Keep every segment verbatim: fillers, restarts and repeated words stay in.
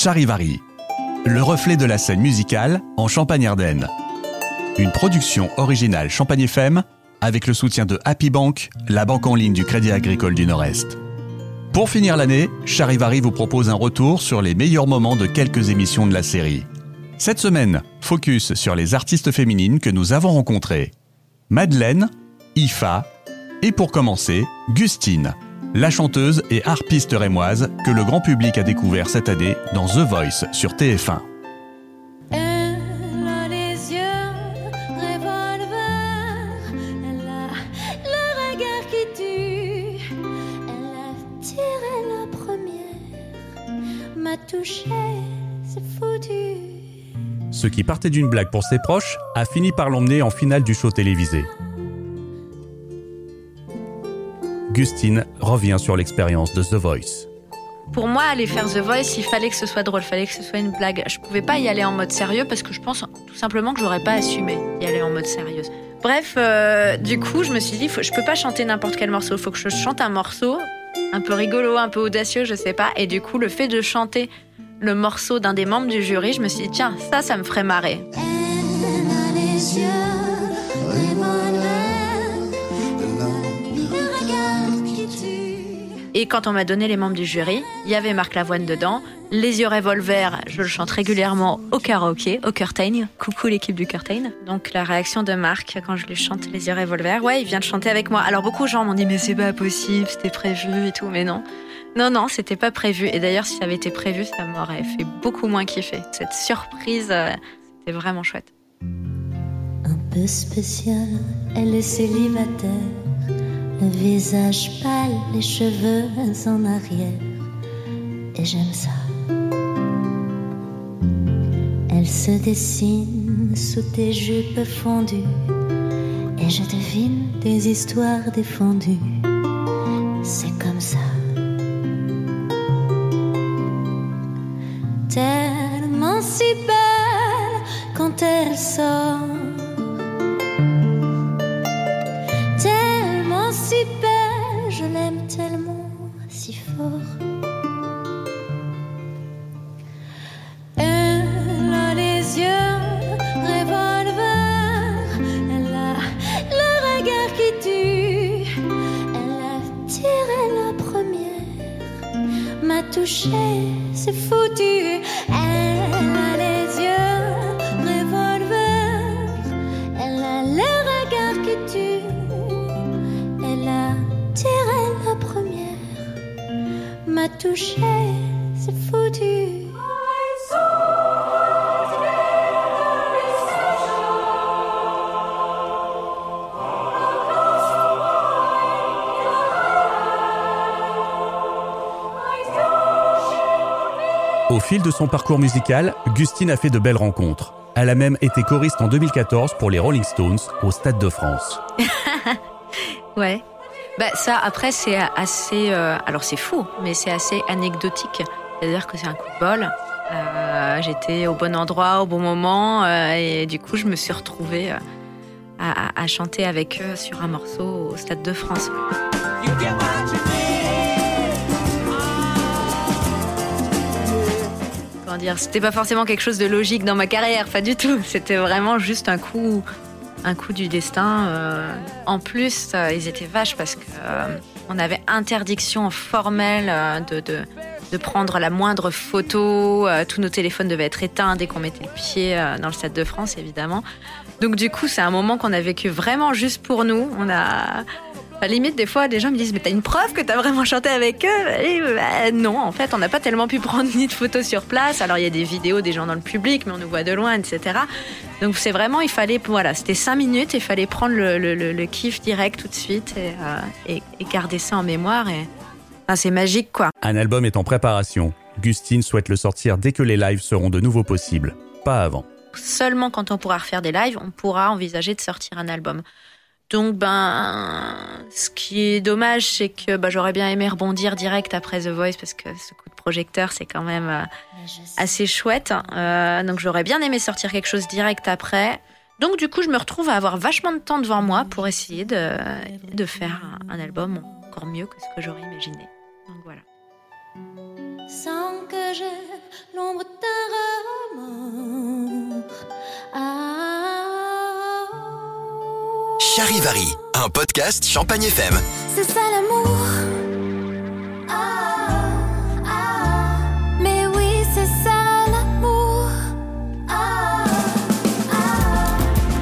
Charivari, le reflet de la scène musicale en Champagne-Ardenne. Une production originale Champagne F M avec le soutien de Happy Bank, la banque en ligne du Crédit Agricole du Nord-Est. Pour finir l'année, Charivari vous propose un retour sur les meilleurs moments de quelques émissions de la série. Cette semaine, focus sur les artistes féminines que nous avons rencontrées. Madeleine, Ifa et pour commencer, Gustine, la chanteuse et harpiste rémoise que le grand public a découvert cette année dans The Voice sur T F un. Elle a les yeux revolver, elle a le regard qui tue, elle a tiré la première, m'a touché, c'est foutu. Ce qui partait d'une blague pour ses proches a fini par l'emmener en finale du show télévisé. Gustine revient sur l'expérience de The Voice. Pour moi, aller faire The Voice, il fallait que ce soit drôle, il fallait que ce soit une blague. Je pouvais pas y aller en mode sérieux parce que je pense tout simplement que j'aurais pas assumé y aller en mode sérieuse. Bref, euh, du coup, je me suis dit, faut, je peux pas chanter n'importe quel morceau, il faut que je chante un morceau un peu rigolo, un peu audacieux, je sais pas. Et du coup, le fait de chanter le morceau d'un des membres du jury, je me suis dit, tiens, ça, ça me ferait marrer. Elle a les yeux Et quand on m'a donné les membres du jury, il y avait Marc Lavoine dedans. Les yeux revolver, je le chante régulièrement au karaoké, au Curtain. Coucou l'équipe du Curtain. Donc la réaction de Marc quand je lui chante les yeux revolver, ouais, il vient de chanter avec moi. Alors beaucoup de gens m'ont dit mais c'est pas possible, c'était prévu et tout, mais non. Non, non, c'était pas prévu. Et d'ailleurs, si ça avait été prévu, ça m'aurait fait beaucoup moins kiffer. Cette surprise, euh, c'était vraiment chouette. Un peu spécial, elle est célibataire. Le visage pâle, les cheveux en arrière. Et j'aime ça. Elle se dessine sous tes jupes fondues. Et je devine des histoires défendues. C'est comme ça. Tellement si belle quand elle sort. Tellement si belle, je l'aime tellement si fort. Elle a les yeux revolver, elle a le regard qui tue, elle a tiré la première, m'a touché, c'est foutu. Elle a les yeux revolver, elle a le regard qui tue. Elle a tiré la première, m'a touché, c'est foutu. Au fil de son parcours musical, Gustine a fait de belles rencontres. Elle a même été choriste en deux mille quatorze pour les Rolling Stones au Stade de France. Ouais. Bah ça, après, c'est assez... Euh, alors, c'est fou, mais c'est assez anecdotique. C'est-à-dire que c'est un coup de bol. Euh, j'étais au bon endroit, au bon moment. Euh, et du coup, je me suis retrouvée euh, à, à chanter avec eux sur un morceau au Stade de France. Comment dire, c'était pas forcément quelque chose de logique dans ma carrière, pas du tout. C'était vraiment juste un coup... un coup du destin. Euh, en plus, euh, ils étaient vaches parce que euh, on avait interdiction formelle euh, de, de, de prendre la moindre photo. Euh, tous nos téléphones devaient être éteints dès qu'on mettait le pied euh, dans le Stade de France, évidemment. Donc du coup, c'est un moment qu'on a vécu vraiment juste pour nous. On a... À la limite, des fois, des gens me disent « Mais t'as une preuve que t'as vraiment chanté avec eux ?» Et bah, non, en fait, on n'a pas tellement pu prendre ni de photos sur place. Alors, il y a des vidéos des gens dans le public, mais on nous voit de loin, et cetera. Donc, c'est vraiment, il fallait, voilà, c'était cinq minutes, il fallait prendre le, le, le, le kiff direct tout de suite et, euh, et, et garder ça en mémoire. Et... Enfin, c'est magique, quoi. Un album est en préparation. Gustine souhaite le sortir dès que les lives seront de nouveau possibles. Pas avant. Seulement quand on pourra refaire des lives, on pourra envisager de sortir un album. Donc, ben, ce qui est dommage, c'est que ben, j'aurais bien aimé rebondir direct après The Voice parce que ce coup de projecteur, c'est quand même euh, assez chouette. Euh, donc, j'aurais bien aimé sortir quelque chose direct après. Donc, du coup, je me retrouve à avoir vachement de temps devant moi pour essayer de, de faire un, un album encore mieux que ce que j'aurais imaginé. Donc, voilà. Sans que passagère, l'ombre d'un remords. Ah, Charivari, un podcast Champagne F M. c'est ça l'amour. Ah, ah, mais oui, c'est ça l'amour. Ah, ah.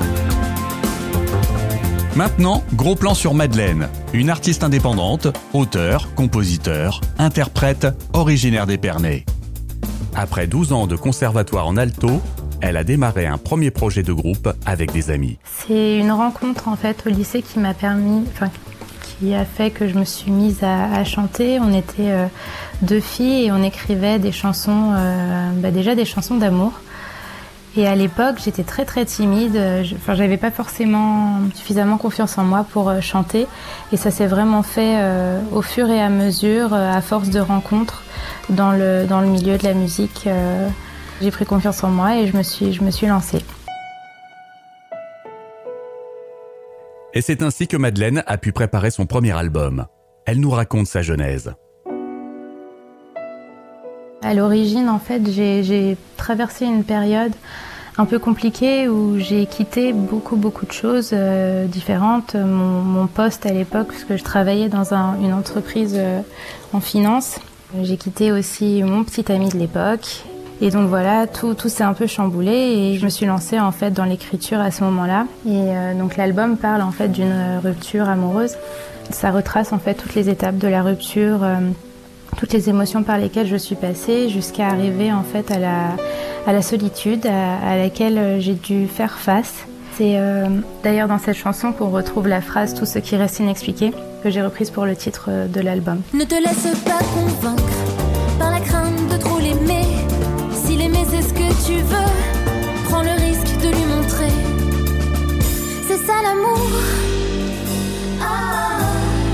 Maintenant, gros plan sur Madeleine, une artiste indépendante, auteure, compositeur, interprète, originaire d'Épernay. Après douze ans de conservatoire en alto, elle a démarré un premier projet de groupe avec des amis. C'est une rencontre en fait au lycée qui m'a permis, enfin qui a fait que je me suis mise à, à chanter. On était euh, deux filles et on écrivait des chansons, euh, bah déjà des chansons d'amour. Et à l'époque, j'étais très très timide. Je, enfin, j'avais pas forcément suffisamment confiance en moi pour euh, chanter. Et ça s'est vraiment fait euh, au fur et à mesure, euh, à force de rencontres dans le dans le milieu de la musique. Euh, j'ai pris confiance en moi et je me suis je me suis lancée. Et c'est ainsi que Madeleine a pu préparer son premier album. Elle nous raconte sa genèse. À l'origine, en fait, j'ai, j'ai traversé une période un peu compliquée où j'ai quitté beaucoup, beaucoup de choses euh, différentes. Mon, mon poste à l'époque, parce que je travaillais dans un, une entreprise euh, en finance. J'ai quitté aussi mon petit ami de l'époque. Et donc voilà, tout, tout s'est un peu chamboulé et je me suis lancée en fait dans l'écriture à ce moment-là. Et euh, donc l'album parle en fait d'une rupture amoureuse. Ça retrace en fait toutes les étapes de la rupture, euh, toutes les émotions par lesquelles je suis passée jusqu'à arriver en fait à la, à la solitude à, à laquelle j'ai dû faire face. C'est euh, d'ailleurs dans cette chanson qu'on retrouve la phrase « Tout ce qui reste inexpliqué » que j'ai reprise pour le titre de l'album. Ne te laisse pas convaincre par la crainte de trop l'aimer. Si l'aimer c'est ce que tu veux, prends le risque de lui montrer. C'est ça l'amour. Ah,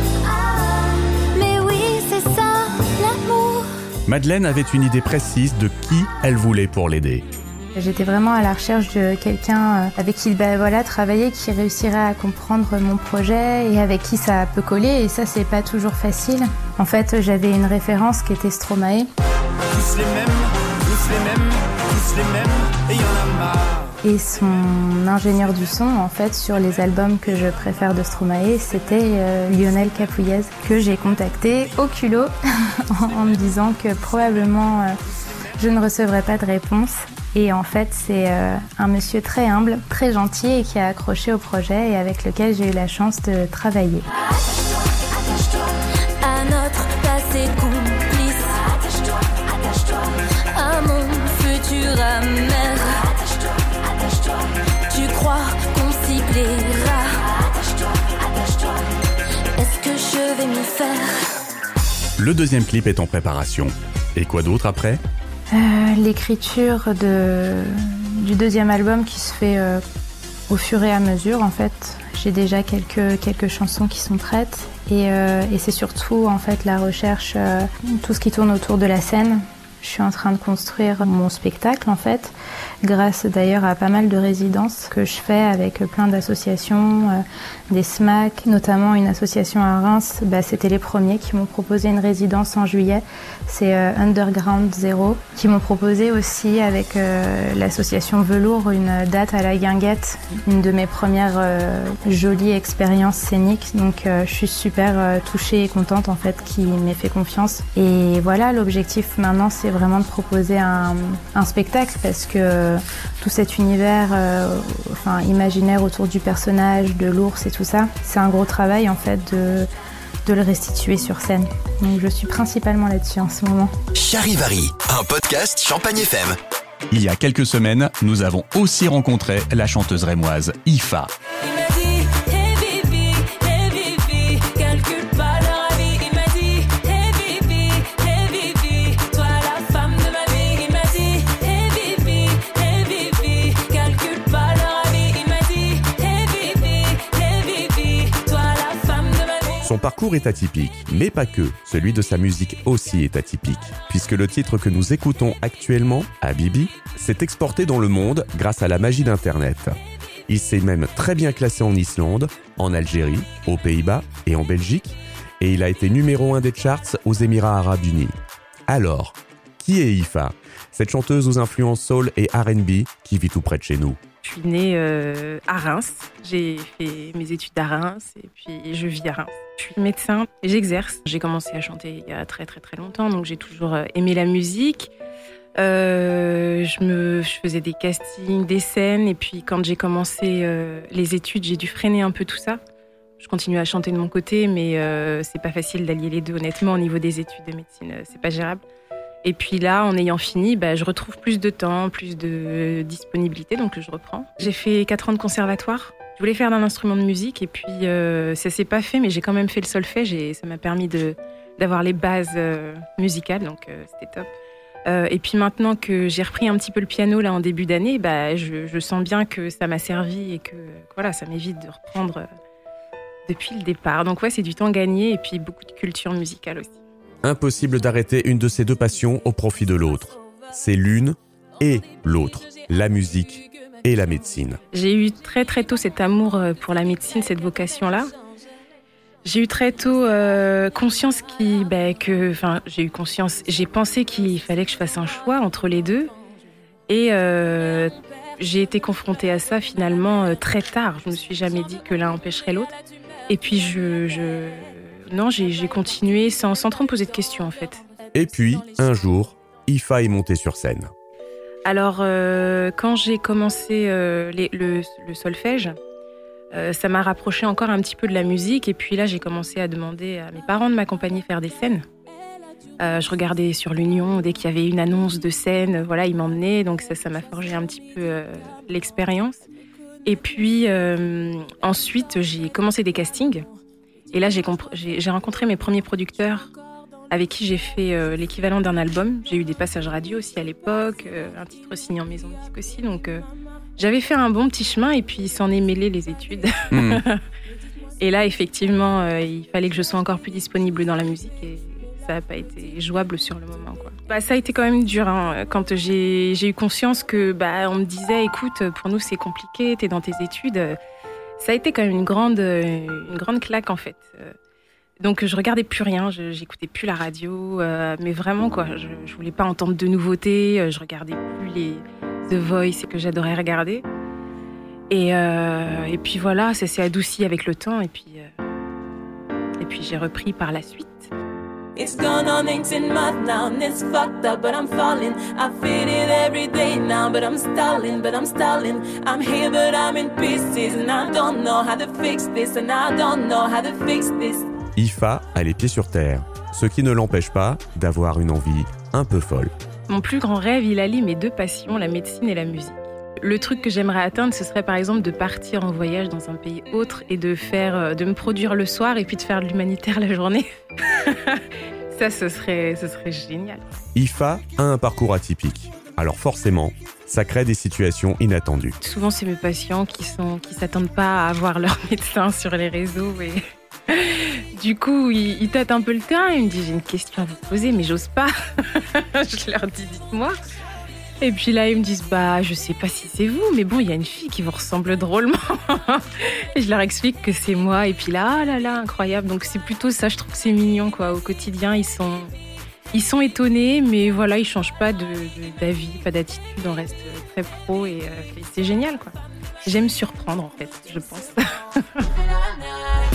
ah, mais oui, c'est ça l'amour. Madeleine avait une idée précise de qui elle voulait pour l'aider. J'étais vraiment à la recherche de quelqu'un avec qui bah, voilà, travailler, qui réussirait à comprendre mon projet et avec qui ça peut coller. Et ça, c'est pas toujours facile. En fait, j'avais une référence qui était Stromae. Tous les mêmes, tous les mêmes, tous les mêmes, et y'en a marre. Et son ingénieur du son, en fait, sur les albums que je préfère de Stromae, c'était euh, Lionel Capouillez, que j'ai contacté au culot en me disant que probablement euh, je ne recevrais pas de réponse. Et en fait, c'est euh, un monsieur très humble, très gentil et qui a accroché au projet et avec lequel j'ai eu la chance de travailler. Attache-toi, attache-toi à notre passé complice. Attache-toi, attache-toi à mon futur amer. Attache-toi, attache-toi. Tu crois qu'on s'y plaira? Attache-toi, attache-toi. Est-ce que je vais m'y faire? Le deuxième clip est en préparation. Et quoi d'autre après ? Euh, l'écriture de, du deuxième album qui se fait euh, au fur et à mesure en fait. J'ai déjà quelques, quelques chansons qui sont prêtes et, euh, et c'est surtout en fait la recherche, euh, tout ce qui tourne autour de la scène. Je suis en train de construire mon spectacle en fait, grâce d'ailleurs à pas mal de résidences que je fais avec plein d'associations, euh, des S M A C, notamment une association à Reims. Bah, c'était les premiers qui m'ont proposé une résidence en juillet. C'est euh, Underground Zero qui m'ont proposé aussi avec euh, l'association Velours une date à la Guinguette, une de mes premières euh, jolies expériences scéniques. Donc euh, je suis super euh, touchée et contente en fait qu'ils m'aient fait confiance. Et voilà, l'objectif maintenant c'est vraiment de proposer un, un spectacle parce que euh, tout cet univers euh, enfin, imaginaire autour du personnage, de l'ours et tout ça, c'est un gros travail en fait de, de le restituer sur scène. Donc je suis principalement là-dessus en ce moment. Charivari, un podcast Champagne F M. Il y a quelques semaines, nous avons aussi rencontré la chanteuse rémoise Ifa. Il m'a dit, hey Bibi, hey Bibi, calcule pas leur avis. Il m'a dit, hey Bibi, hey Bibi, toi la femme de ma vie. Il m'a dit, hey Bibi, hey Bibi, calcule pas leur avis. Il m'a dit, hey Bibi, hey Bibi, toi la femme de ma vie. Son parcours est atypique, mais pas que. Celui de sa musique aussi est atypique, puisque le titre que nous écoutons actuellement, Habibi, s'est exporté dans le monde grâce à la magie d'Internet. Il s'est même très bien classé en Islande, en Algérie, aux Pays-Bas et en Belgique, et il a été numéro un des charts aux Émirats Arabes Unis. Alors, qui Qui est Ifa, cette chanteuse aux influences soul et R and B qui vit tout près de chez nous? Je suis née euh, à Reims, j'ai fait mes études à Reims et puis je vis à Reims. Je suis médecin et j'exerce. J'ai commencé à chanter il y a très très très longtemps, donc j'ai toujours aimé la musique. Euh, je, me, je faisais des castings, des scènes, et puis quand j'ai commencé euh, les études, j'ai dû freiner un peu tout ça. Je continue à chanter de mon côté, mais euh, c'est pas facile d'allier les deux, honnêtement, au niveau des études de médecine, euh, c'est pas gérable. Et puis là, en ayant fini, bah, je retrouve plus de temps, plus de disponibilité, donc je reprends. J'ai fait quatre ans de conservatoire. Je voulais faire d'un instrument de musique, et puis euh, ça s'est pas fait, mais j'ai quand même fait le solfège, et ça m'a permis de, d'avoir les bases euh, musicales, donc euh, c'était top. Euh, et puis maintenant que j'ai repris un petit peu le piano là en début d'année, bah, je, je sens bien que ça m'a servi et que voilà, ça m'évite de reprendre euh, depuis le départ. Donc ouais, c'est du temps gagné et puis beaucoup de culture musicale aussi. Impossible d'arrêter une de ces deux passions au profit de l'autre. C'est l'une et l'autre, la musique et la médecine. J'ai eu très très tôt cet amour pour la médecine, cette vocation-là. J'ai eu très tôt euh, conscience qui, bah, que, enfin, j'ai eu conscience, j'ai pensé qu'il fallait que je fasse un choix entre les deux, et euh, j'ai été confrontée à ça finalement euh, très tard. Je me suis jamais dit que l'un empêcherait l'autre, et puis je, je, non, j'ai, j'ai continué sans, sans trop me poser de questions en fait. Et puis un jour, Ifa est montée sur scène. Alors euh, quand j'ai commencé euh, les, le, le solfège. Euh, ça m'a rapproché encore un petit peu de la musique, et puis là j'ai commencé à demander à mes parents de m'accompagner faire des scènes. Euh, je regardais sur l'Union dès qu'il y avait une annonce de scène, voilà, ils m'emmenaient, donc ça, ça m'a forgé un petit peu euh, l'expérience. Et puis euh, ensuite j'ai commencé des castings, et là j'ai, comp- j'ai, j'ai rencontré mes premiers producteurs avec qui j'ai fait euh, l'équivalent d'un album. J'ai eu des passages radio aussi à l'époque, euh, un titre signé en maison de disque aussi, donc euh, j'avais fait un bon petit chemin, et puis s'en est mêlé les études. Mmh. Et là, effectivement, euh, il fallait que je sois encore plus disponible dans la musique, et ça n'a pas été jouable sur le moment, quoi. Bah, ça a été quand même dur, hein, quand j'ai, j'ai eu conscience que bah, on me disait, écoute, pour nous c'est compliqué, t'es dans tes études. Ça a été quand même une grande, une grande claque en fait. Donc je regardais plus rien, je, j'écoutais plus la radio, euh, mais vraiment quoi, je, je voulais pas entendre de nouveautés, je regardais plus les The Voice que j'adorais regarder. Et, euh, et puis voilà, ça s'est adouci avec le temps, et puis, euh, et puis j'ai repris par la suite. It's gone on eighteen months now, and it's fucked up, but I'm falling. I feel it every day now, but I'm stalling, but I'm stalling. I'm here, but I'm in pieces, and I don't know how to fix this, and I don't know how to fix this. Ifa a les pieds sur terre, ce qui ne l'empêche pas d'avoir une envie un peu folle. Mon plus grand rêve, il allie mes deux passions, la médecine et la musique. Le truc que j'aimerais atteindre, ce serait par exemple de partir en voyage dans un pays autre et de faire, de me produire le soir et puis de faire de l'humanitaire la journée. Ça, ce serait, ce serait génial. Ifa a un parcours atypique, alors forcément, ça crée des situations inattendues. Souvent, c'est mes patients qui sont, qui s'attendent pas à voir leur médecin sur les réseaux, et du coup, ils, ils tâtent un peu le terrain. Ils me disent, j'ai une question à vous poser, mais j'ose pas. Je leur dis, dites-moi. Et puis là, ils me disent, bah, je sais pas si c'est vous, mais bon, il y a une fille qui vous ressemble drôlement. Et je leur explique que c'est moi. Et puis là, ah là là, incroyable. Donc c'est plutôt ça, je trouve que c'est mignon, quoi. Au quotidien, ils sont, ils sont étonnés, mais voilà, ils changent pas de, de, d'avis, pas d'attitude. On reste très pro, et, euh, et c'est génial, quoi. J'aime surprendre, en fait, je pense.